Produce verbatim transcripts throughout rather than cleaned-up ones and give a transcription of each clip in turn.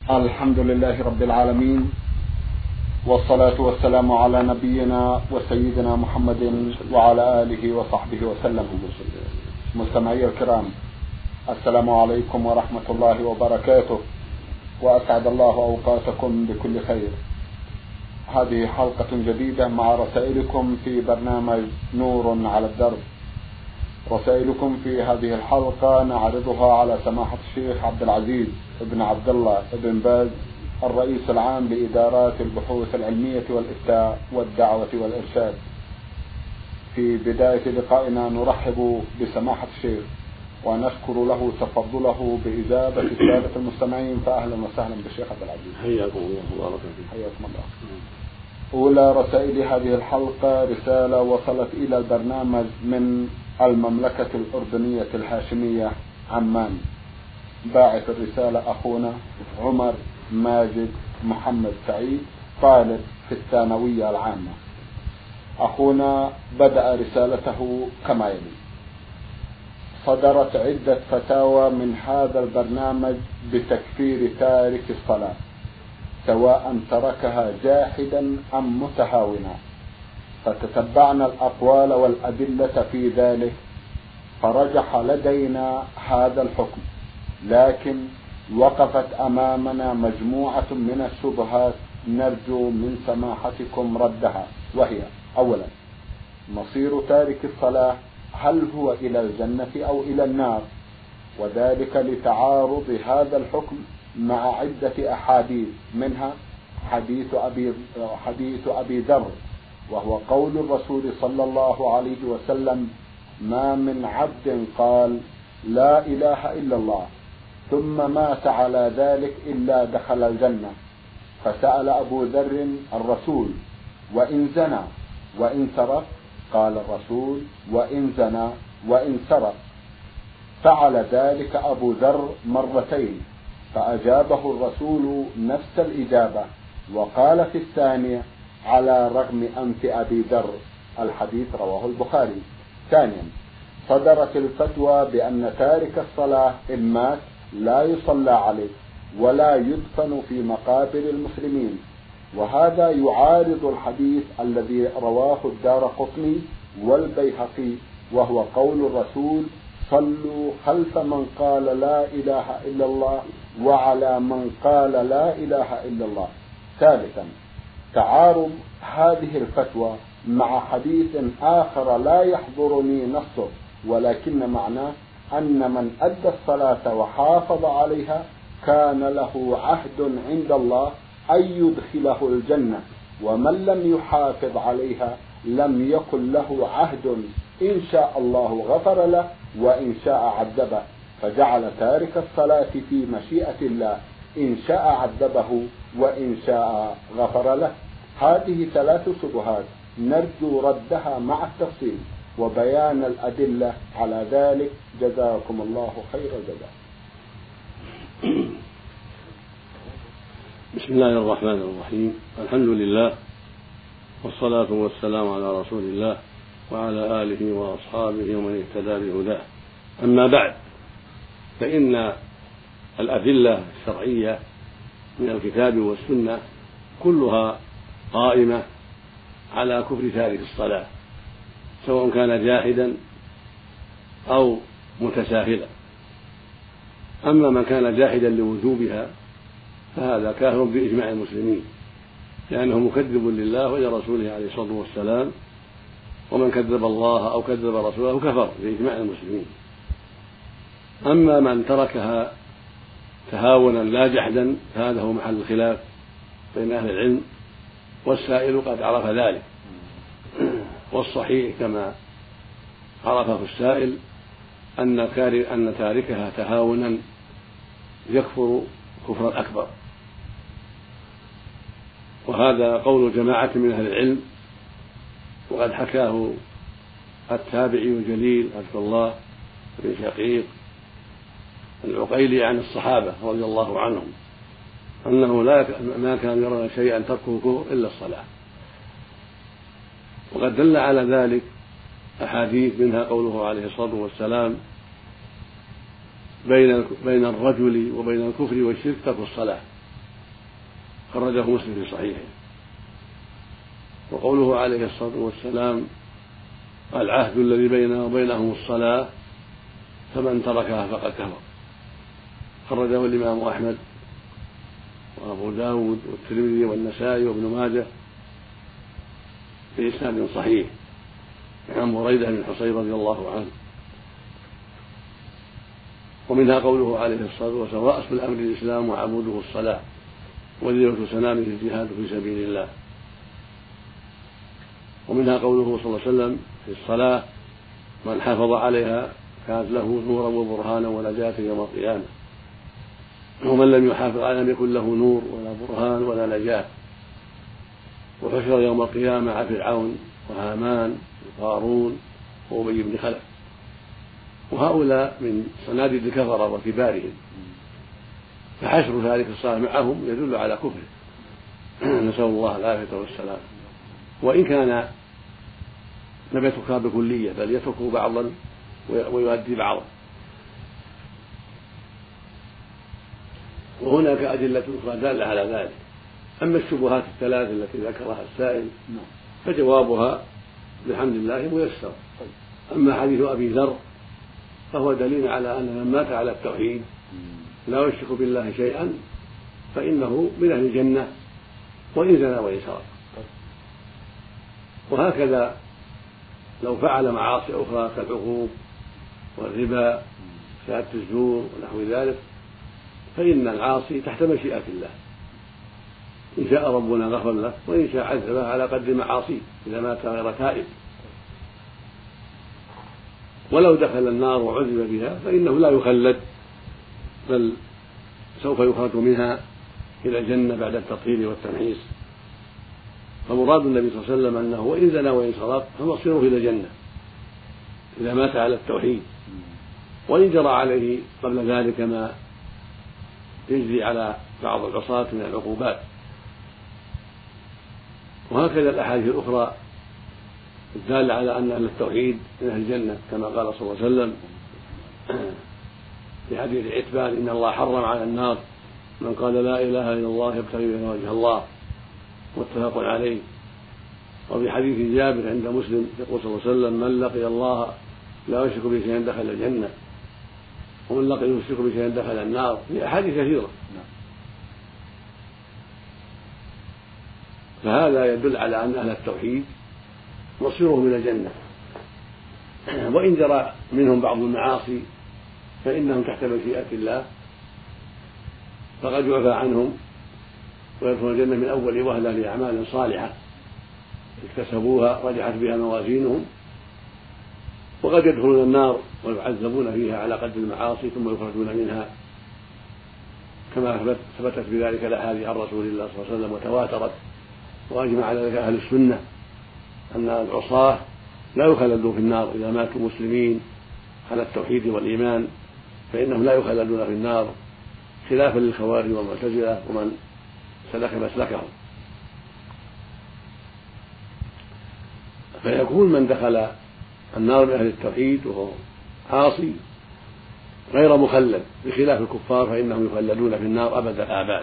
الحمد لله رب العالمين، والصلاة والسلام على نبينا وسيدنا محمد وعلى آله وصحبه وسلم. مستمعي الكرام، السلام عليكم ورحمة الله وبركاته، وأسعد الله أوقاتكم بكل خير. هذه حلقة جديدة مع رسائلكم في برنامج نور على الدرب. رسائلكم في هذه الحلقة نعرضها على سماحة الشيخ عبد العزيز بن عبد الله بن باز، الرئيس العام لإدارات البحوث العلمية والإفتاء والدعوة والإرشاد. في بداية لقائنا نرحب بسماحة الشيخ ونشكر له تفضله بإجابة السادة المستمعين، فأهلا وسهلا بالشيخ عبد العزيز. حياكم الله وبارك فيكم. حياكم الله. أولى رسائل هذه الحلقة رسالة وصلت إلى البرنامج من المملكة الأردنية الهاشمية عمان. باعث الرسالة أخونا عمر ماجد محمد سعيد، طالب في الثانوية العامة. أخونا بدأ رسالته كما يلي: صدرت عدة فتاوى من هذا البرنامج بتكفير تارك الصلاة، سواء تركها جاحدا أم متهاونا، فتتبعنا الأقوال والأدلة في ذلك، فرجح لدينا هذا الحكم، لكن وقفت أمامنا مجموعة من الشبهات نرجو من سماحتكم ردها، وهي: أولا، مصير تارك الصلاة، هل هو إلى الجنة أو إلى النار؟ وذلك لتعارض هذا الحكم مع عدة أحاديث، منها حديث أبي, حديث أبي ذر، وهو قول الرسول صلى الله عليه وسلم: ما من عبد قال لا إله إلا الله ثم مات على ذلك إلا دخل الجنة. فسأل أبو ذر الرسول: وإن زنى وإن سرق؟ قال الرسول: وإن زنى وإن سرق. فعل ذلك أبو ذر مرتين، فأجابه الرسول نفس الإجابة، وقال في الثانية: على رغم أنف أبي ذر. الحديث رواه البخاري. ثانيا، صدرت الفتوى بأن تارك الصلاة إن مات لا يصلى عليه ولا يدفن في مقابر المسلمين، وهذا يعارض الحديث الذي رواه الدارقطني والبيهقي، وهو قول الرسول: صلوا خلف من قال لا إله إلا الله وعلى من قال لا إله إلا الله. ثالثا، تعارض هذه الفتوى مع حديث آخر لا يحضرني نصه، ولكن معناه أن من أدى الصلاة وحافظ عليها كان له عهد عند الله أن يدخله الجنة، ومن لم يحافظ عليها لم يكن له عهد، إن شاء الله غفر له وإن شاء عذبه، فجعل تارك الصلاة في مشيئة الله، إن شاء عذبه وإن شاء غفر له. هذه ثلاث شبهات نرجو ردها مع التفصيل وبيان الأدلة على ذلك، جزاكم الله خير الجزاء. بسم الله الرحمن الرحيم، الحمد لله والصلاة والسلام على رسول الله وعلى آله وأصحابه ومن اهتدى بهداه. أما بعد، فإن الأدلة الشرعية من الكتاب والسنة كلها قائمة على كفر تارك الصلاة، سواء كان جاحدا أو متساهلا. أما من كان جاحدا لوجوبها فهذا كافر بإجماع المسلمين، لأنه مكذب لله ولرسوله عليه الصلاة والسلام، ومن كذب الله أو كذب رسوله كفر بإجماع المسلمين. أما من تركها تهاونا لا جحدا فهذا هو محل الخلاف بين أهل العلم، والسائل قد عرف ذلك، والصحيح كما عرفه السائل أن تاركها تهاونا يكفر كفرا أكبر، وهذا قول جماعة من أهل العلم، وقد حكاه التابعي الجليل عبد الله بن شقيق العقيلي عن الصحابة رضي الله عنهم أنه لا ما كان يرى شيئا تركه كفر إلا الصلاة. وقد دل على ذلك أحاديث، منها قوله عليه الصلاة والسلام: بين بين الرجل وبين الكفر والشرك ترك الصلاة، خرجه مسلم في صحيحه. وقوله عليه الصلاة والسلام العهد الذي بيننا وبينهم الصلاة فمن تركها فقد كفر، خرجه الإمام أحمد وأبو داود والترمذي والنسائي وابن ماجه بإسناد صحيح عن بريدة بن الحصيب رضي الله عنه. ومنها قوله عليه الصلاة والسلام رأس الأمر الإسلام وعموده الصلاة وذروة سنامه الجهاد في سبيل الله. ومنها قوله صلى الله عليه وسلم في الصلاة من حافظ عليها كانت له نورا وبرهانا ونجاة يوم القيامة، ومن لم يحافظ عليها لم يكن له نور ولا برهان ولا نجاة. وحشر يوم القيامة مع فرعون وهامان وقارون وأبي بن خلف، وهؤلاء من صناديد الكفرة وكبارهم، فحشر ذلك الصالح معهم يدل على كفره نسأل الله العافية والسلام. وإن كان لم يتركها بكلية بل يتركه بعضا ويؤدي بعضا. وهناك أدلة أخرى دالة على ذلك. أما الشبهات الثلاث التي ذكرها السائل فجوابها بحمد الله ميسر. أما حديث أبي ذر فهو دليل على أن من مات على التوحيد لا يشرك بالله شيئا فإنه من أهل الجنة وإن زنى وإن سرق. وهكذا لو فعل معاصي أخرى كالعقوق والربا شهادة الزور ونحو ذلك فإن العاصي تحت مشيئة الله، إن شاء ربنا غفر له وإن شاء عذبه على قدر معاصيه إذا مات غير تائب. ولو دخل النار وعذب بها فإنه لا يخلد بل سوف يخرج منها إلى الجنة بعد التطهير والتمحيص. فمراد النبي صلى الله عليه وسلم أنه وإن زنى وإن سرق فمصيره إلى الجنة إذا مات على التوحيد، وإن جرى عليه قبل ذلك ما يجري على بعض العصاة من العقوبات. وهكذا الأحاديث الأخرى الدالة على أن أهل التوحيد من أهل الجنة كما قال صلى الله عليه وسلم في حديث عتبان إن الله حرم على النار من قال لا إله إلا الله يبتغي بها وجه الله، متفق عليه. وفي حديث جابر عند مسلم يقول صلى الله عليه وسلم من لقي الله لا يشرك به شيئا دخل الجنة ومن لقي يشرك به شيئا دخل النار. في أحاديث كثيرة. فهذا يدل على أن أهل التوحيد مصيرهم إلى الجنة، وإن جرى منهم بعض المعاصي فإنهم تحت مشيئة الله فقد يعفى عنهم ويدخلون الجنة من أول وهلة لأعمال صالحة اكتسبوها رجحت بها موازينهم، وقد يدخلون النار ويعذبون فيها على قدر المعاصي ثم يخرجون منها كما ثبتت بذلك الأحاديث عن رسول الله صلى الله عليه وسلم وتواترت. وأجمع على ذلك أهل السنة أن العصاة لا يخلدون في النار إذا ماتوا مسلمين على التوحيد والإيمان فإنهم لا يخلدون في النار خلافا للخوارج والمعتزلة ومن سلك مسلكهم. فيكون من دخل النار من أهل التوحيد وهو عاصي غير مخلد بخلاف الكفار فإنهم يخلدون في النار أبد الآباد.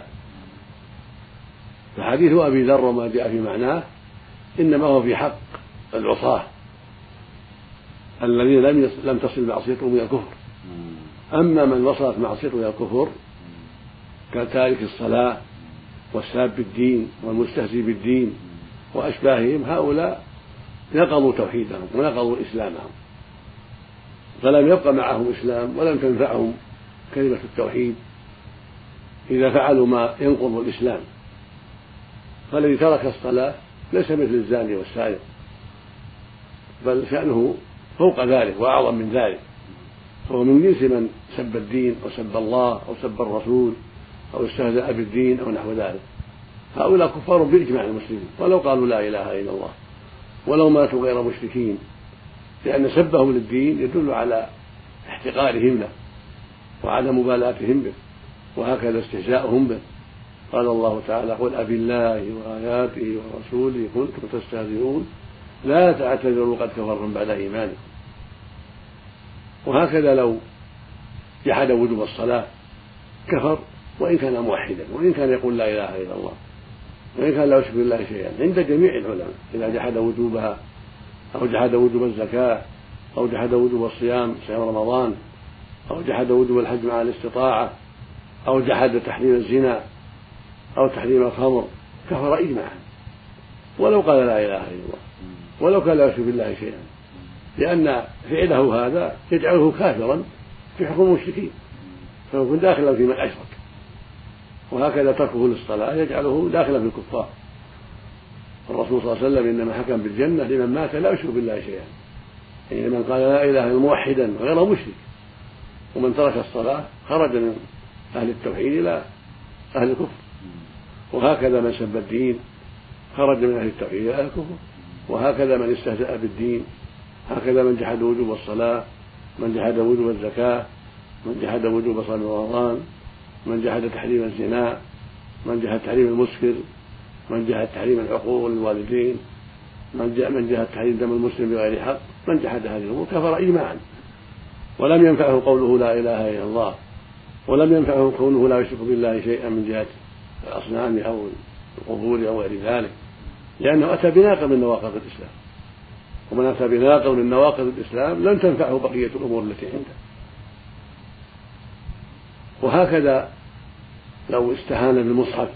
فحديث أبي ذر وما جاء في معناه إنما هو في حق العصاة الذين لم لم تصل معصيتهم إلى الكفر. أما من وصلت معصيته إلى الكفر كتارك الصلاة والساب بالدين والمستهزئ بالدين وأشباههم هؤلاء نقضوا توحيدهم ونقضوا إسلامهم، فلم يبق معهم إسلام ولم تنفعهم كلمة التوحيد إذا فعلوا ما ينقض الإسلام. فالذي ترك الصلاة ليس مثل الزاني والسارق بل شأنه فوق ذلك وأعظم من ذلك، فهو من جنس من سب الدين أو سب الله أو سب الرسول أو استهزأ بالدين أو نحو ذلك. هؤلاء كفار بإجماع المسلمين ولو قالوا لا إله إلا الله ولو ماتوا غير مشركين، لأن سبهم للدين يدل على احتقارهم له وعلى مبالاتهم به، وهكذا استهزاؤهم به. قال الله تعالى قل أبالله وآياته ورسوله كنتم تستهزئون لا تعتذروا قد كفرتم بعد إيمانكم. وهكذا لو جحد وجوب الصلاة كفر وإن كان موحدا وإن كان يقول لا إله إلا الله، وإن كان لا يشرك بالله شيئا عند جميع العلماء، إذا جحد وجوبها أو جحد وجوب الزكاة أو جحد وجوب الصيام صيام رمضان أو جحد وجوب الحج مع الاستطاعة أو جحد تحريم الزنا أو تحريم الخمر كفر إجماعا ولو قال لا إله إلا الله، ولو كان لا يشرك بالله شيئا، لأن فعله هذا يجعله كافرا في حكم المشركين فيكون داخلا في من أشرك، وهكذا تركه للصلاة يجعله داخلا في الكفار. الرسول صلى الله عليه وسلم إنما حكم بالجنة لمن مات لا يشرك بالله شيئا، يعني من قال لا إله إلا موحدا غير مشرك، ومن ترك الصلاة خرج من أهل التوحيد إلى أهل الكفر، وهكذا من سب الدين خرج من أهل التوحيد إلى أهل الكفر، وهكذا من استهزأ بالدين، هكذا من جحد وجوب الصلاة، من جحد وجوب الزكاة، من جحد وجوب صوم رمضان، من جحد تحريم الزنا، من جحد تحريم المسكر، من جحد تحريم العقوق للوالدين، من جحد تحريم دم المسلم بغير حق، من جحد هذه الأمور كفر إجماعا، ولم ينفعه قوله لا إله إلا الله، ولم ينفعه كونه لا يشرك بالله شيئا من جهة الأصنام أو القبور أو غير ذلك، لأنه أتى بناقض من نواقض الإسلام، ومن أتى بناقض من نواقض الإسلام لن تنفعه بقية الأمور التي عنده. وهكذا لو استهان بالمصحف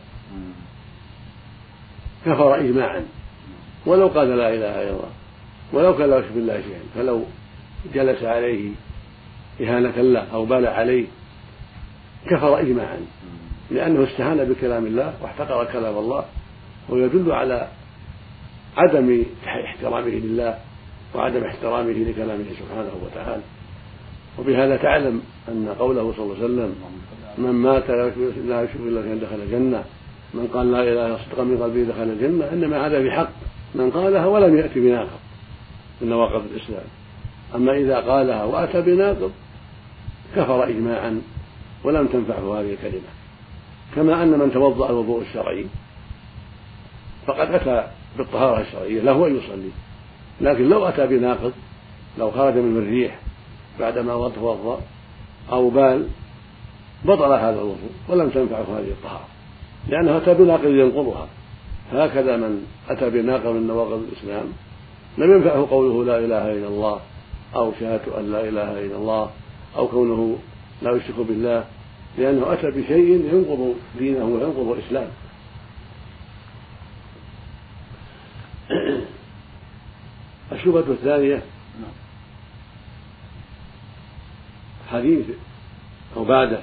كفر إجماعا ولو قال لا إله إلا الله، ولو كان لا يشرك بالله شيئا، فلو جلس عليه إهانة له أو بال عليه كفر إجماعا، لأنه استهان بكلام الله واحتقر كلام الله، ويدل على عدم احترامه لله وعدم احترامه لكلامه سبحانه وتعالى. وبهذا تعلم أن قوله صلى الله عليه وسلم من مات لا يشرك بالله شيئا دخل الجنة، من قال لا إله إلا الله صدقا من قلبه دخل الجنة، إنما هذا بحق من قالها ولم يأتي بناقض من نواقض الإسلام. أما إذا قالها وأتى بناقض كفر إجماعا ولم تنفعه هذه الكلمة. كما أن من توضأ الوضوء الشرعي فقد أتى بالطهارة الشرعية له أن يصلي، لكن لو أتى بناقض، لو خرج من الريح بعدما توضأ أو بال بطل هذا الوضوء ولم تنفعه هذه الطهارة، لأنه أتى بناقض ينقضها. هكذا من أتى بناقض من نواقض الإسلام لم ينفعه قوله لا إله إلا الله أو شهادة أن لا إله إلا الله أو كونه لا يشرك بالله، لأنه أتى بشيء ينقض دينه وينقض إسلامه. الشبهة الثانية حديث أو بعده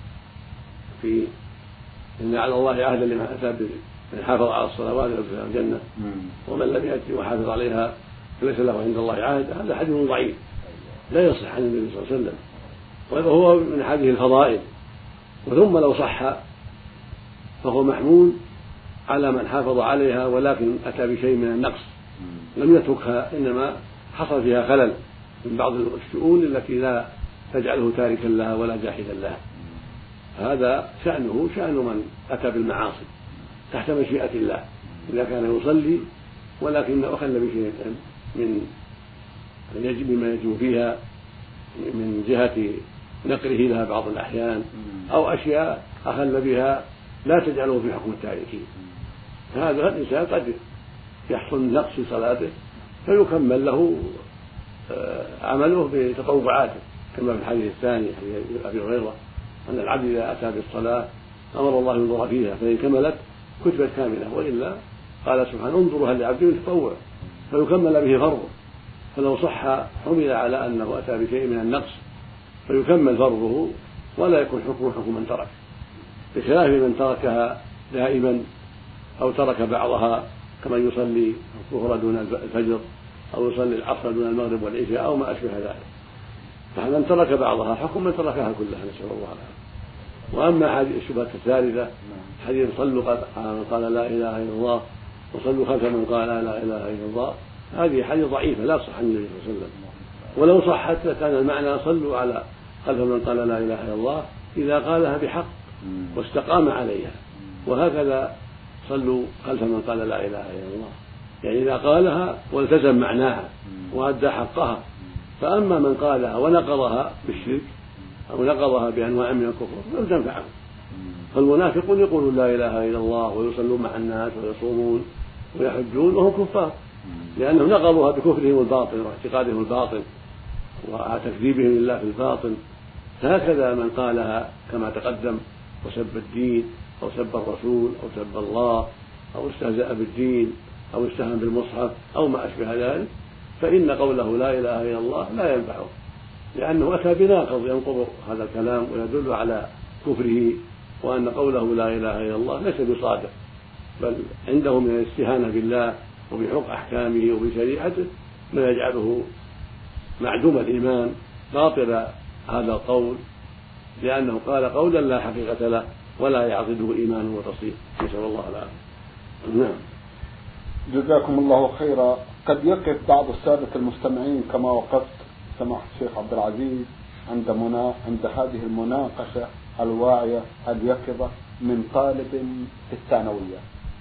في إن على الله عهدا لمن أتى من حافظ على الصلوات يدخل الجنة، ومن لم يأتي وحافظ عليها فليس له عند الله عهد. هذا حديث ضعيف لا يصح عن النبي صلى الله عليه وسلم، وهو من هذه الفضائل. وثم لو صح فهو محمول على من حافظ عليها ولكن أتى بشيء من النقص لم يتركها، إنما حصل فيها خلل من بعض الشؤون التي لا تجعله تاركا لها ولا جاحدا لها. هذا شأنه شأن من أتى بالمعاصي تحت مشيئة الله، إذا كان يصلي ولكن أخل بشيء من يجب مما يجب فيها من جهة نقله لها بعض الأحيان أو أشياء أخل بها لا تجعله في حكم التاركين، فهذا الإنسان قد يحصل نقص في صلاته فيكمل له عمله بتطوعاته، كما في الحديث الثاني حديث أبي هريرة أن العبد إذا أتى بالصلاة أمر الله ينظر فيها فإن كملت كتبت كاملة، وإلا قال سبحانه انظروا هل لعبد من تطوع فيكمل به فرضه. فلو صح حمل على أنه أتى بشيء من النقص فيكمل فرضه ولا يكون حكمه حكم من ترك، بخلاف من تركها دائما أو ترك بعضها كما يصلي الظهر دون الفجر أو يصلي العصر دون المغرب والعشاء أو ما أشبه ذلك، فمن ترك بعضها حكم من تركها كلها، نسأل الله العافية. وأما هذه الشبهة الثالثة حديث صلوا قال لا إله إلا الله وصلوا خلف من قال لا إله إلا الله، هذه حديث ضعيفة لا تصح عن النبي صلى الله عليه وسلم، ولو صحت لكان المعنى صلوا على خلف من قال لا إله إلا الله إذا قالها بحق واستقام عليها، وهكذا صلوا خلف من قال لا إله إلا الله، يعني إذا قالها والتزم معناها وأدى حقها. فأما من قالها ونقضها بالشرك أو نقضها بأنواع من الكفر لم تنفعه، فالمنافقون يقولون لا إله إلا الله ويصلون مع الناس ويصومون ويحجون وهم كفار، لأنهم نقضوها بكفرهم الباطن واعتقادهم الباطن وتكذيبهم لله في الباطن. هكذا من قالها كما تقدم وسب الدين أو سب الرسول أو سب الله أو استهزأ بالدين أو استهان بالمصحف أو ما أشبه ذلك، فإن قوله لا إله إلا الله لا ينفعه، لأنه أتى بناقض ينقض هذا الكلام ويدل على كفره، وأن قوله لا إله إلا الله ليس بصادق، بل عنده من الاستهانة بالله وبحق أحكامه وبشريعته ما يجعله معدوم الإيمان باطل هذا القول، لأنه قال قولا لا حقيقة له ولا يعضده إيمان وتصديق، نسأل الله العافية. نعم. جزاكم الله خيرا. قد يقف بعض السادة المستمعين كما وقفت سماحة الشيخ عبد العزيز عند منا عند هذه المناقشة الواعية اليقظة من طالب في الثانوية،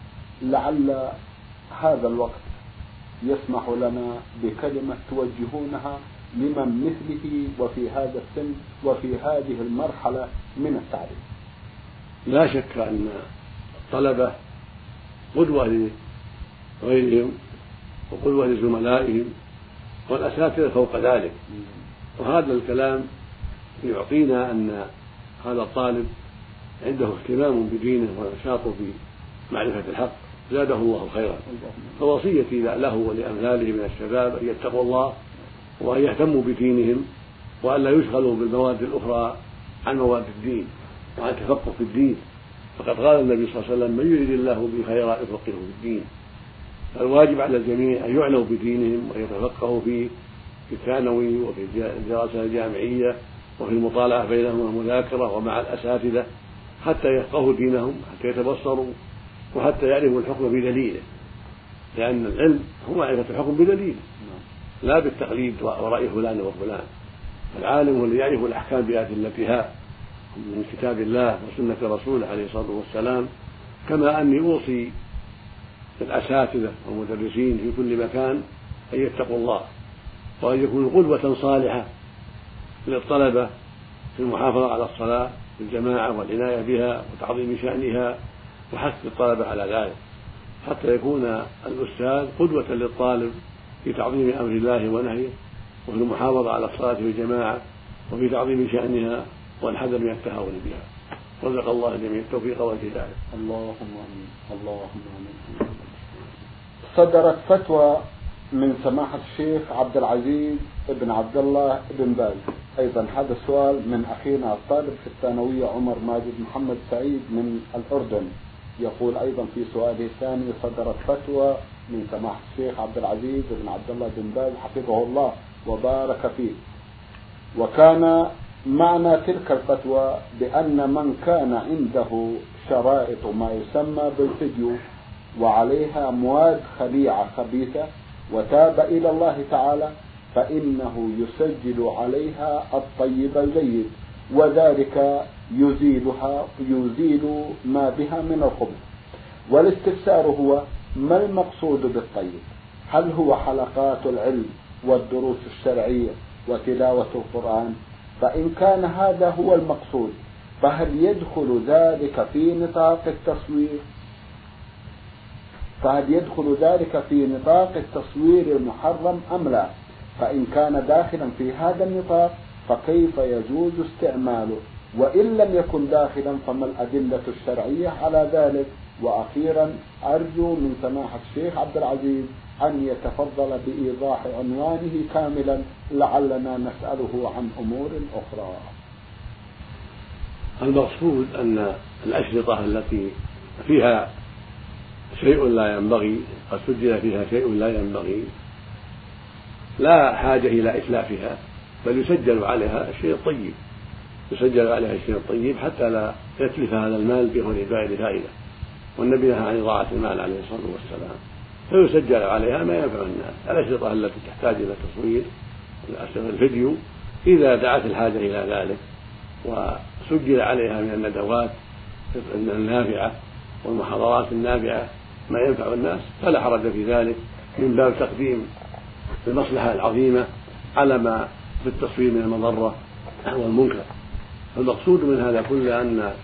لعل هذا الوقت يسمح لنا بكلمة توجهونها لمن مثله وفي هذا السن وفي هذه المرحلة من التعليم. لا شك أن الطلبة قدوة لغيرهم وقدوة لزملائهم والأساتذة فوق ذلك، وهذا الكلام يعطينا أن هذا الطالب عنده اهتمام بدينه ونشاط في معرفة الحق، زاده الله خيرا. فوصيتي له ولأمثاله من الشباب أن يتقوا الله وأن يهتموا بدينهم وأن لا يشغلوا بالمواد الأخرى عن مواد الدين وعن تفقه في الدين، فقد قال النبي صلى الله عليه وسلم من يريد الله به خيرا يفقهه في الدين. فالواجب على الجميع أن يعنوا بدينهم وأن يتفقهوا فيه في الثانوي وفي الدراسة الجامعية وفي المطالعة بينهم والمذاكرة ومع الأساتذة حتى يفقهوا دينهم، حتى يتبصروا وحتى يعرفوا الحكم بدليله، لأن العلم هو معرفة الحكم بدليله لا بالتقليد ورأي فلان وفلان. العالم هو الذي يعرف الأحكام بأدلتها من كتاب الله وسنة رسوله عليه الصلاة والسلام. كما أني أوصي الأساتذة والمدرسين في كل مكان أن يتقوا الله وأن يكونوا قدوة صالحة للطلبة في المحافظة على الصلاة بالجماعة والعناية بها وتعظيم شأنها وحث الطلبة على ذلك، حتى يكون الأستاذ قدوة للطالب في تعظيم أمر الله ونهيه وفي المحافظة على الصلاة بالجماعة وفي تعظيم شأنها والحذر من التهاون بها. رزق الله الجميع التوفيق والهداية. اللهم آمين. اللهم آمين. صدرت فتوى من سماحة الشيخ عبد العزيز ابن عبد الله ابن باز. أيضا هذا السؤال من أخينا الطالب في الثانوية عمر ماجد محمد سعيد من الأردن، يقول أيضا في سؤاله الثاني صدرت فتوى من سماحة الشيخ عبد العزيز ابن عبد الله بن باز حفظه الله وبارك فيه، وكان معنى تلك الفتوى بأن من كان عنده شرائط ما يسمى بالفيديو وعليها مواد خليعة خبيثة وتاب إلى الله تعالى فإنه يسجل عليها الطيب الجيد، وذلك يزيلها يزيل ما بها من الخبث. والاستفسار هو ما المقصود بالطيب؟ هل هو حلقات العلم والدروس الشرعية وتلاوة القرآن؟ فإن كان هذا هو المقصود فهل يدخل ذلك في نطاق التصوير فهل يدخل ذلك في نطاق التصوير المحرم أم لا؟ فإن كان داخلا في هذا النطاق فكيف يجوز استعماله؟ وإن لم يكن داخلا فما الأدلة الشرعية على ذلك؟ وأخيرا أرجو من سماحة الشيخ عبد العزيز أن يتفضل بإيضاح عنوانه كاملا لعلنا نسأله عن أمور أخرى. المقصود أن الأشرطة التي فيها شيء لا ينبغي قد سجل فيها شيء لا ينبغي لا حاجة إلى إتلافها، بل يسجل عليها الشيء الطيب يسجل عليها الشيء الطيب حتى لا يتلف هذا المال بغير فائدة، والنبي نهى عن إضاعة المال عليه الصلاة والسلام، فيسجل عليها ما ينفع الناس. الأشرطة التي تحتاج إلى تصوير الفيديو إذا دعت الحاجة إلى ذلك وسجل عليها من الندوات النافعة والمحاضرات النافعة ما ينفع الناس فلا حرج في ذلك، من باب تقديم المصلحة العظيمة على ما في التصوير من المضرة والمنكر. المقصود من هذا كله أن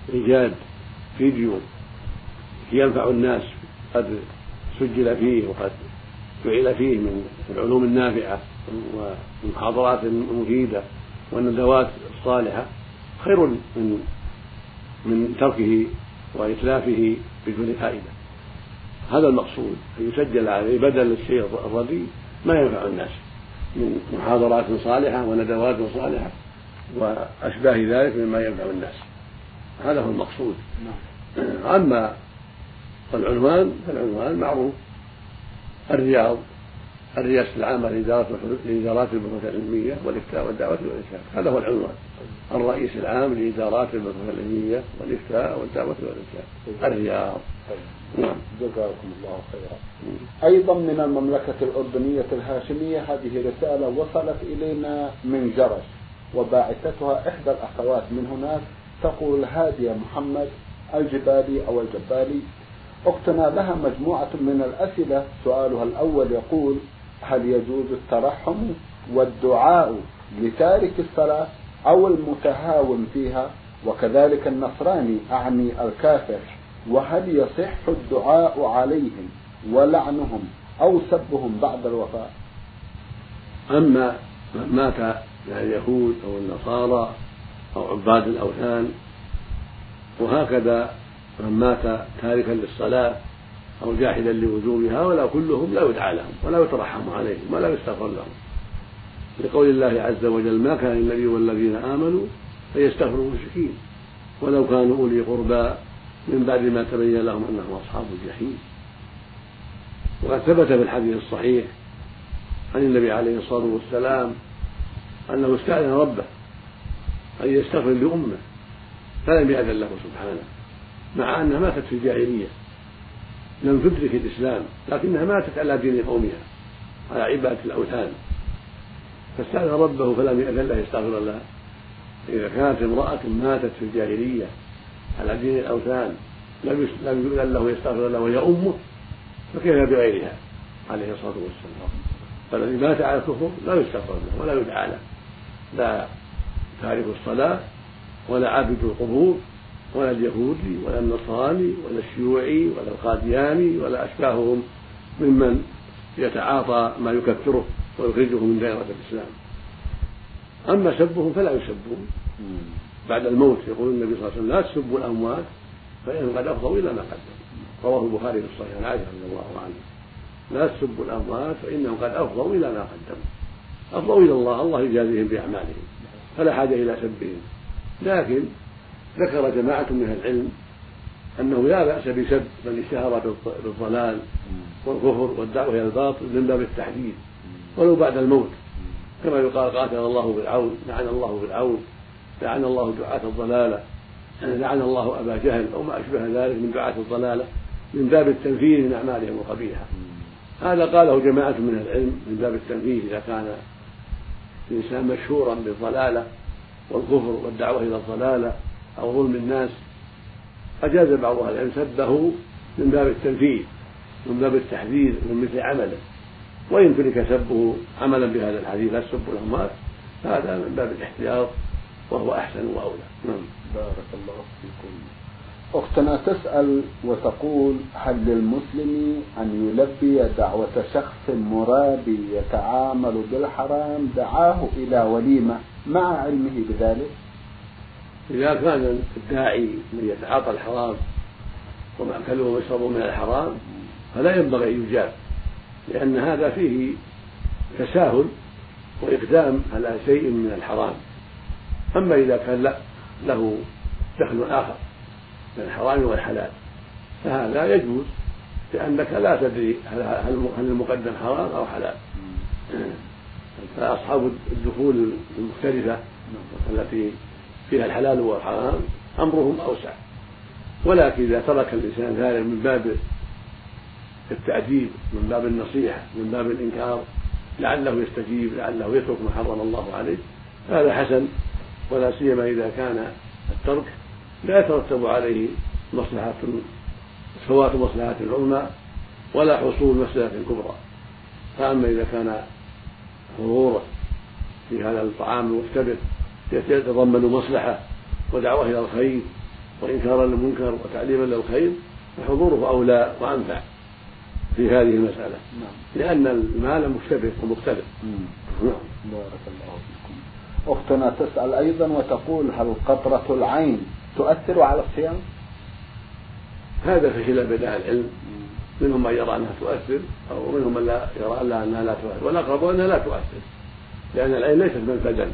إيجاد فيديو ينفع الناس قد سجل فيه وقد فعل فيه من العلوم النافعة والمحاضرات المفيدة والندوات الصالحة خير من من تركه وإتلافه بدون فائدة. هذا المقصود، أن يسجل عليه بدل الشيء الرديء ما ينفع الناس من محاضرات صالحة وندوات صالحة وأشباه ذلك مما ينفع الناس. هذا هو المقصود. أما العنوان فالعنوان معروف: الرياض، الرئاسة العامة لإدارات البحوث العلمية والإفتاء والدعوة والإرشاد. هذا هو العنوان: الرئيس العام لإدارات البحوث العلمية والإفتاء والدعوة والإرشاد، الرياض. نعم، جزاكم الله خيرا. أيضا من المملكة الأردنية الهاشمية هذه رسالة وصلت إلينا من جرش، وباعثتها إحدى الأخوات من هناك، تقول: هادية محمد الجبالي أو الجبالي، اقتنى لها مجموعة من الأسئلة. سؤالها الأول يقول: هل يجوز الترحم والدعاء لتارك الصلاة أو المتهاون فيها، وكذلك النصراني أعني الكافر، وهل يصح الدعاء عليهم ولعنهم أو سبهم بعد الوفاة؟ أما من مات من اليهود أو النصارى أو عباد الأوثان، وهكذا من مات تاركا للصلاة أو جاحدا لوجوبها، ولا كلهم لا يدعى لهم ولا يترحم عليهم ولا يستغفر لهم، لقول الله عز وجل: ما كان النبي والذين آمنوا فيستغفروا المشركين ولو كانوا أولي قربى من بعد ما تبين لهم أنهم أصحاب الجحيم. وقد ثبت في الحديث الصحيح عن النبي عليه الصلاة والسلام أنه استأذن ربه أن يستغفر لأمه فلم يأذن له سبحانه، مع أنها ماتت في الجاهلية لم تدرك الإسلام، لكنها ماتت على دين قومها على عبادة الأوثان، فاستأذن ربه فلم يأذن له يستغفر لها. إذا كانت امرأة ماتت في الجاهلية على دين الأوثان لم يؤذن له يستغفر لها وهي أمه، فكيف بغيرها عليه الصلاة والسلام؟ فالذي مات على الكفر لا يستغفر له ولا يدعى له، لا تارك الصلاة ولا عابد القبور ولا اليهودي ولا النصراني ولا الشيوعي ولا القادياني ولا أشباههم ممن يتعاطى ما يكفره ويخرجه من دائرة الإسلام. أما سبهم فلا يسبون بعد الموت. يقول النبي صلى الله عليه وسلم: لا تسبوا الأموات فإنهم قد أفضوا إلى ما قدموا. رواه البخاري في الصحيح عن عائشة رضي الله عنها: لا تسبوا الأموات فإنهم قد أفضوا إلى ما قدموا. أفضوا إلى الله، الله يجازيهم بأعمالهم، فلا حاجة إلى سبهم. لكن ذكر جماعة من العلم أنه لا بأس بسب من اشتهر بالضلال والكفر والدعوة إلى الباطل من باب التحديد ولو بعد الموت، كما يقال: قاتل الله فرعون، لعن الله فرعون، لعن الله دعاة الضلالة، لعن الله أبا جهل، أو ما أشبه ذلك من دعاة الضلالة، من باب التنفير من أعمالهم القبيحة. هذا قاله جماعة من العلم من باب التنفير، إذا كان الإنسان مشهورا بالضلالة والكفر والدعوة إلى الضلالة أو ظلم الناس، أجاز بعض أهل العلم سبه من باب التنفير، من باب التحذير من مثل عمله. وإن ترك سبه عملا بهذا الحديث: لا تسبوا الأموات، هذا من باب الاحتياط وهو أحسن وأولى. نعم. بارك الله فيكم. أختنا تسأل وتقول: هل للمسلم أن يلبي دعوة شخص مرابي يتعامل بالحرام دعاه إلى وليمة مع علمه بذلك؟ إذا كان الداعي من يتعاطى الحرام ومأكله ومشربه من الحرام فلا ينبغي أن يجاب، لأن هذا فيه تساهل وإقدام على شيء من الحرام. أما إذا كان لا له دخل آخر من الحرام والحلال فهذا يجوز، لأنك لا تدري هل المقدم حرام أو حلال. فأصحاب الدخول المختلفة التي فيها الحلال والحرام أمرهم أوسع، ولكن إذا ترك الإنسان ذلك من باب التأديب، من باب النصيحة، من باب الإنكار، لعله يستجيب، لعله يترك ما حرم الله عليه، هذا حسن. ولا سيما إذا كان الترك لا يترتب عليه مصلحة فوات مصلحة العظمى ولا حصول مصلحة كبرى. فأما إذا كان حضوره في هذا الطعام المختبر يتضمن مصلحة ودعوة إلى الخير وإنكارا للمنكر وتعليما للخير فحضوره أولى وأنفع في هذه المسألة. لأن المال مشتبه ومختلف. بارك الله فيكم. أختنا تسأل أيضا وتقول: هل قطرة العين تؤثر على الصيام؟ هذا في خلاف بين أهل العلم، منهم من يرى أنها تؤثر أو منهم من لا يرى أنها لا تؤثر، والأقرب أنها لا تؤثر، لأن العين ليست منفذا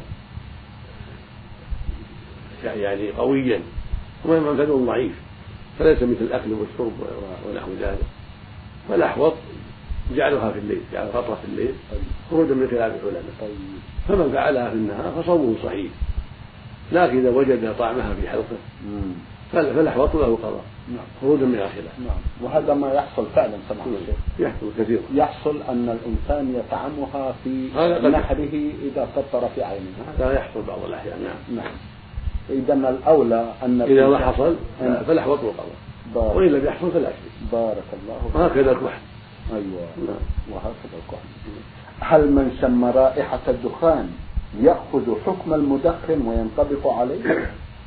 يعني قويا، هو منفذ ضعيف، فليس مثل الأكل والشرب ونحو ذلك. فالأحوط جعلها في الليل، جعل قطرة في الليل خروجا من خلاف العلماء. فمن فعلها في النهار فصومه صحيح، لكن إذا وجد طعمها في حلقه فالأحوط له قضاء خروجا من الخلاف. نعم. وهذا ما يحصل فعلا سماحة الشيخ، يحصل كثيرا، يحصل أن الإنسان يطعمها في نحره إذا قطر في عينه. هذا يحصل بعض الأحيان. نعم. نعم. إذا الأولى أن إذا ما حصل فالأحوط له قضاء، وإن لم يحصل فلا شيء. بارك الله. وهكذا الكحل. أيوة. نعم. وهكذا الكحل. هل من شم رائحة الدخان يأخذ حكم المدخن وينطبق عليه؟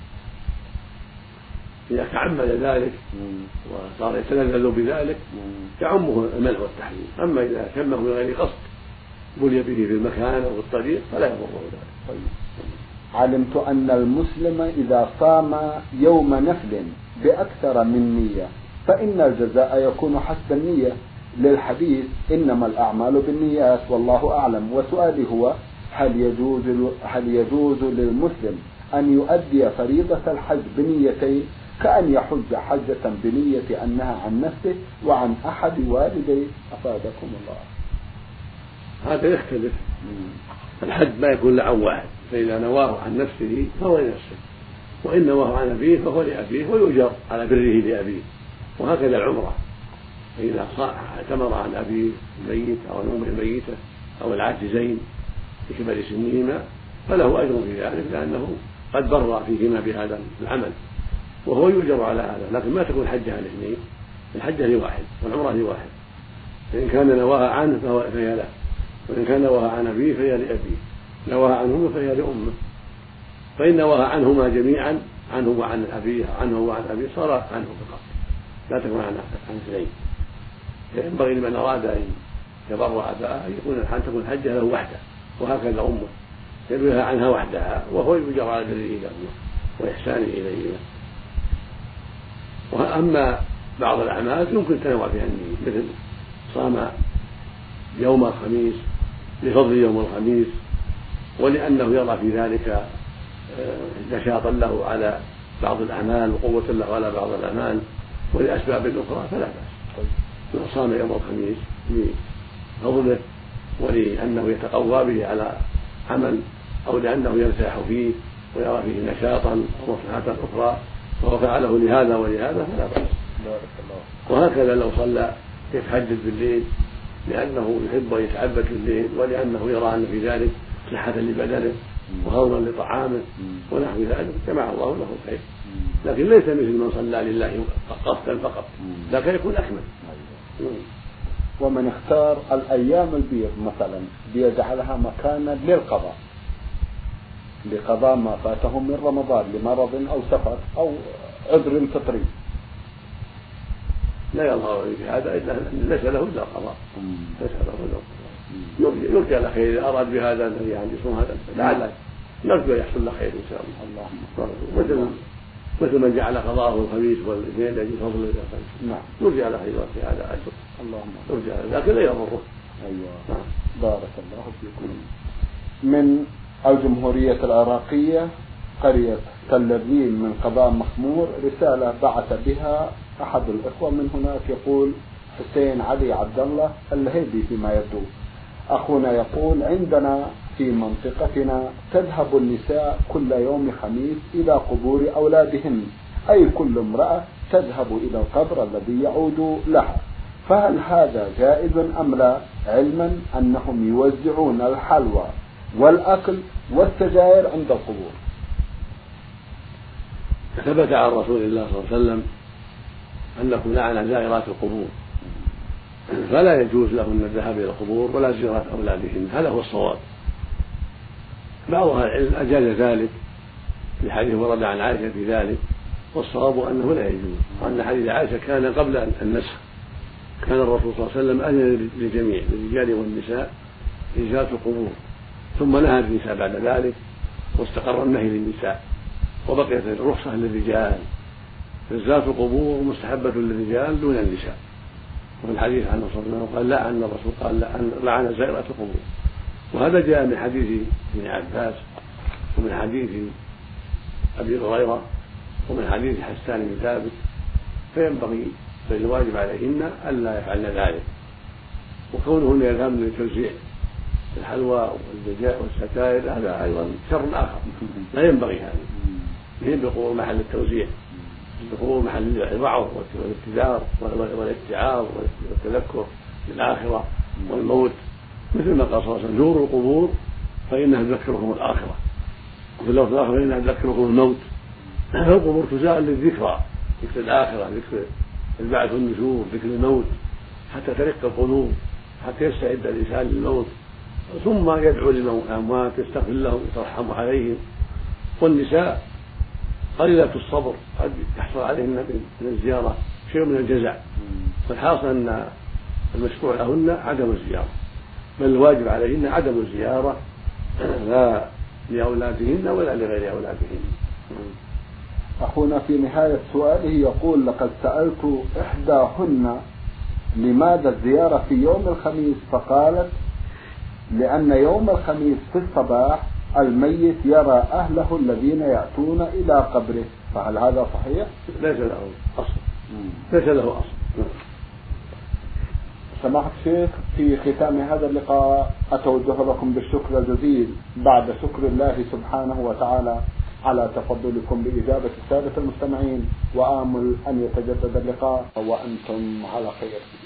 إذا تعمد ذلك وصار يتلذذ بذلك يعمه المنع والتحريم. أما إذا شمه من غير قصد بلي به في المكان أو الطريق فلا يضره ذلك. طيب. علمت أن المسلم إذا صام يوم نفل بأكثر من نية فإن الجزاء يكون حسب النية، للحديث إنما الأعمال بالنيات والله أعلم. وسؤالي هو: هل يجوز هل يجوز للمسلم أن يؤدي فريضة الحج بنيتين، كأن يحج حجة بنية أنها عن نفسه وعن أحد والديه؟ أفادكم الله. هذا يختلف. الحج ما يكون لعن واحد، فإذا نواه عن نفسه فهو لنفسه، وإن نواه عن أبيه فهو لأبيه ويؤجر على بره لأبيه. وهكذا العمرة، فإذا اعتمر عن أبيه الميت أو عن أمه الميتة أو العاجزين بكبر سنهما فله أجر في ذلك، لأنه قد بر فيهما بهذا العمل وهو يؤجر على هذا. لكن ما تكون حجة الاثنين، الحجة لواحد والعمرة لواحد، فإن كان نواها عنه فهي له، وإن كان نواها عن أبيه فهي لأبيه، نواها عنهما فهي لأمه. فإن نواها عنهما جميعا، عنه وعن أبيه عنه وعن أبيه، صار عنه فقط، لا تكون عن اثنين. ينبغي لمن أراد أن يبر أباه يكون أن تكون الحجة له وحده، وهكذا أمه يرويها عنها وحدها وهو يؤجر على بره له وإحسانه إليه. وأما بعض الأعمال يمكن التنوع فيها النية، مثل صام يوم الخميس لفضل يوم الخميس ولأنه يرى في ذلك نشاطا له على بعض الأعمال وقوة له على بعض الأعمال ولأسباب أخرى فلا بأس. لو صام يوم الخميس لفضله ولأنه يتقوى به على عمل أو لأنه يرتاح فيه ويرى فيه نشاطا أو مصلحة أخرى وهو فعله لهذا ولهذا فلا بأس. وهكذا لو صلى يتحدث بالليل لأنه يحب أن يتعبد بالليل ولأنه يرى أن في ذلك صحة لبدنه وهضما لطعامه ونحو ذلك جمع الله له الخير. لكن ليس مثل من صلى لله قصدا فقط، لكن يكون أكمل. ومن اختار الأيام البيض مثلا ليجعلها مكانا للقضاء، لقضاء ما فاته من رمضان لمرض أو سفر أو عذر فطري، لا يظهر في هذا إلا ليس له إلا القضاء، ليس له إلا القضاء. يرجى له خير إذا أراد بهذا الذي يعني يصوم هذا لعل نرجو يحصل له خير إن شاء الله. مثل مثل من جعل قضاءه الخميس والاثنين الذي فضل الخميس. نعم. يرجى له خير في هذا أجر. اللهم يرجى له، لكن لا يضره. أيوة. نعم. بارك الله فيكم. من الجمهورية العراقية قرية تل الريم من قضاء مخمور رسالة بعث بها أحد الإخوة من هناك، يقول: حسين علي عبد الله الهيبي فيما يبدو. أخونا يقول: عندنا في منطقتنا تذهب النساء كل يوم خميس إلى قبور أولادهن، أي كل امرأة تذهب إلى القبر الذي يعود لها، فهل هذا جائز أم لا، علما أنهم يوزعون الحلوى والأكل والسجائر عند القبور؟ ثبت عن رسول الله صلى الله عليه وسلم أنه لعن زائرات القبور، فلا يجوز لهن الذهاب إلى القبور ولا زيارة أولادهن، هذا هو الصواب. بعض أهل العلم أجاز ذلك، في حديث ورد عن عائشة في ذلك، والصواب أنه لا يجوز، وأن حديث عائشة كان قبل النسخ، كان الرسول صلى الله عليه وسلم أذن للجميع للرجال والنساء إزالة القبور، ثم نهى النساء بعد ذلك واستقر النهي للنساء، وبقيت الرخصة للرجال. إزالة القبور مستحبة للرجال دون النساء. وفي الحديث عنه صلى الله عليه وسلم قال لعن الرسول قال لعن زائرة القبور، وهذا جاء من حديث ابن عباس ومن حديث أبي هريرة ومن حديث حسان بن ثابت، فينبغي فالواجب عليهن ألا يفعلن ذلك. وكونهن يذهبن لتوزيع الحلوى والستائر هذا أيضا شر آخر، لا ينبغي هذا. يهم بقبور محل التوزيع، بقبور محل الوعظ والابتذار والاتعاظ والتذكر بالآخرة والموت، مثل ما قال صلى الله عليه وسلم زوروا القبور فإنها تذكركم الآخرة، وفي اللفظ الآخر فإنها تذكركم الموت. فالقبور تزال للذكرى، ذكر الآخرة، ذكر البعث والنشور، ذكر الموت، حتى ترق القلوب، حتى يستعد الإنسان للموت، ثم يدعو للأموات يستغفر لهم يترحم عليهم. والنساء قليلة الصبر، قد يحصل عليهن من الزيارة شيء من الجزع، فالحاصل أن المشروع لهن عدم الزيارة، بل الواجب عليهن عدم الزيارة لا لأولادهن ولا لغير أولادهن. أخونا في نهاية سؤاله يقول: لقد سألت إحداهن لماذا الزيارة في يوم الخميس، فقالت لأن يوم الخميس في الصباح الميت يرى أهله الذين يأتون إلى قبره، فهل هذا صحيح؟ ليس له أصل، ليس له أصل. سماحة الشيخ، في ختام هذا اللقاء أتوجه لكم بالشكر الجزيل بعد شكر الله سبحانه وتعالى على تفضلكم بإجابة السادة المستمعين، وآمل أن يتجدد اللقاء وأنتم على خير.